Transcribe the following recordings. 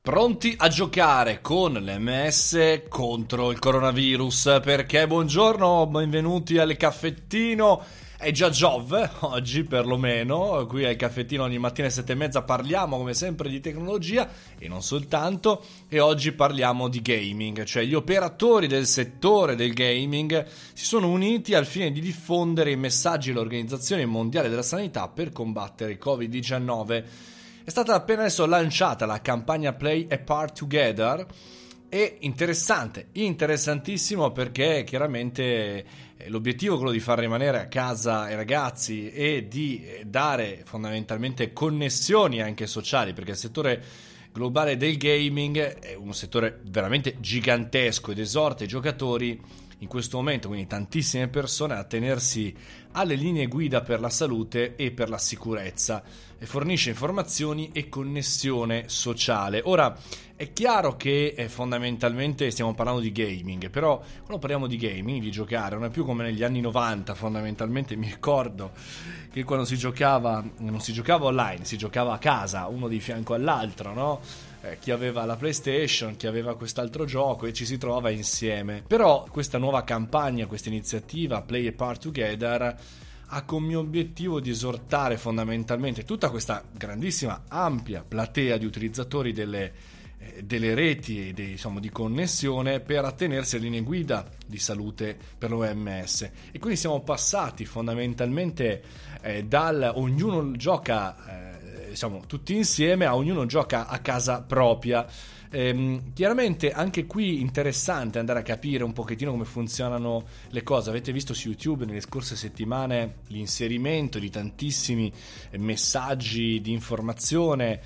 Pronti a giocare con l'MS contro il coronavirus? Perché buongiorno, benvenuti al caffettino. È già Giove, oggi perlomeno, qui al caffettino ogni mattina alle 7:30 parliamo come sempre di tecnologia e non soltanto, e oggi parliamo di gaming, cioè gli operatori del settore del gaming si sono uniti al fine di diffondere i messaggi dell'Organizzazione Mondiale della Sanità per combattere il Covid-19. È stata appena adesso lanciata la campagna Play a Part Together e interessantissimo perché chiaramente l'obiettivo è quello di far rimanere a casa i ragazzi e di dare fondamentalmente connessioni anche sociali, perché il settore globale del gaming è un settore veramente gigantesco ed esorta i giocatori in questo momento, quindi tantissime persone, a tenersi alle linee guida per la salute e per la sicurezza e fornisce informazioni e connessione sociale. Ora, è chiaro che fondamentalmente stiamo parlando di gaming, però quando parliamo di gaming, di giocare, non è più come negli anni 90, fondamentalmente mi ricordo che quando si giocava, non si giocava online, si giocava a casa, uno di fianco all'altro, no? Chi aveva la PlayStation, chi aveva quest'altro gioco e ci si trovava insieme. Però questa nuova campagna, questa iniziativa Play a Part Together ha come obiettivo di esortare fondamentalmente tutta questa grandissima, ampia platea di utilizzatori delle reti e di connessione per attenersi alle linee guida di salute per l'OMS. E quindi siamo passati fondamentalmente dal ognuno gioca tutti insieme a ognuno gioca a casa propria. Chiaramente anche qui interessante andare a capire un pochettino come funzionano le cose. Avete visto su YouTube nelle scorse settimane l'inserimento di tantissimi messaggi di informazione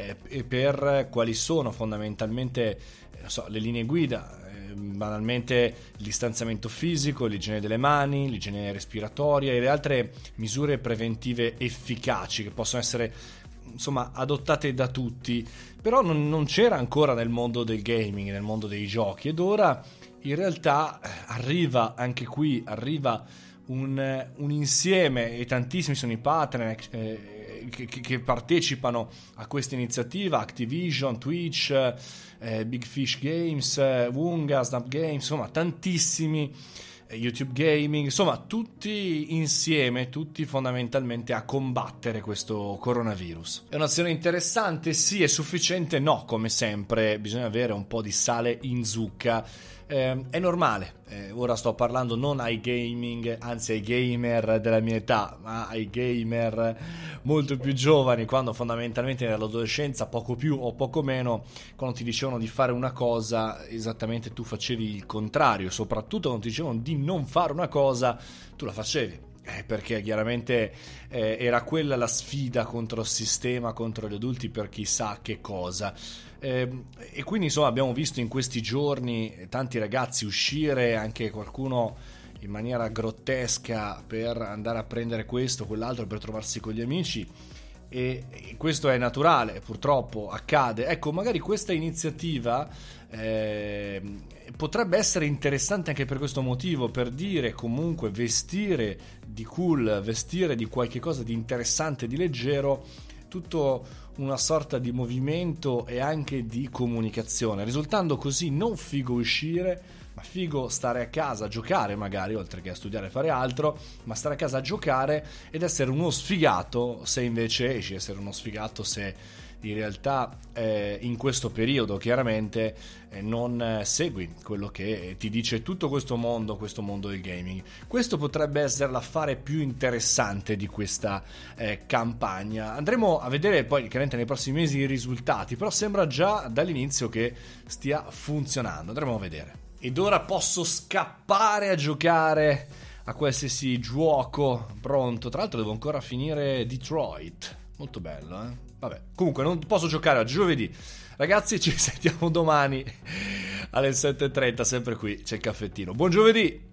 per quali sono fondamentalmente le linee guida, banalmente il distanziamento fisico, l'igiene delle mani, l'igiene respiratoria e le altre misure preventive efficaci che possono essere adottate da tutti, però non c'era ancora nel mondo del gaming, nel mondo dei giochi, ed ora in realtà arriva un insieme, e tantissimi sono i partner che partecipano a questa iniziativa: Activision, Twitch, Big Fish Games, Wunga, Snap Games, insomma tantissimi, YouTube Gaming, insomma tutti insieme, tutti fondamentalmente a combattere questo coronavirus. È un'azione interessante? Sì. È sufficiente? No, come sempre bisogna avere un po' di sale in zucca. È normale, ora sto parlando non ai gaming, anzi ai gamer della mia età, ma ai gamer molto più giovani, quando fondamentalmente nell'adolescenza, poco più o poco meno, quando ti dicevano di fare una cosa, esattamente tu facevi il contrario, soprattutto quando ti dicevano di non fare una cosa, tu la facevi. Perché chiaramente era quella la sfida contro il sistema, contro gli adulti, per chissà che cosa. E quindi insomma abbiamo visto in questi giorni tanti ragazzi uscire, anche qualcuno in maniera grottesca, per andare a prendere questo o quell'altro per trovarsi con gli amici, e questo è naturale, purtroppo accade. Ecco, magari questa iniziativa potrebbe essere interessante anche per questo motivo, per dire comunque vestire di cool, vestire di qualche cosa di interessante, di leggero, tutto una sorta di movimento e anche di comunicazione, risultando così non figo uscire, ma figo stare a casa a giocare, magari, oltre che a studiare e fare altro, ma stare a casa a giocare ed essere uno sfigato se invece esci, essere uno sfigato se in realtà in questo periodo chiaramente non segui quello che ti dice tutto questo mondo del gaming. Questo potrebbe essere l'affare più interessante di questa campagna. Andremo a vedere poi chiaramente nei prossimi mesi i risultati, però sembra già dall'inizio che stia funzionando. Andremo a vedere. Ed ora posso scappare a giocare a qualsiasi gioco. Pronto, tra l'altro devo ancora finire Detroit, molto bello, Vabbè, comunque non posso giocare oggi, giovedì. Ragazzi, ci sentiamo domani alle 7:30, sempre qui c'è il caffettino. Buon giovedì!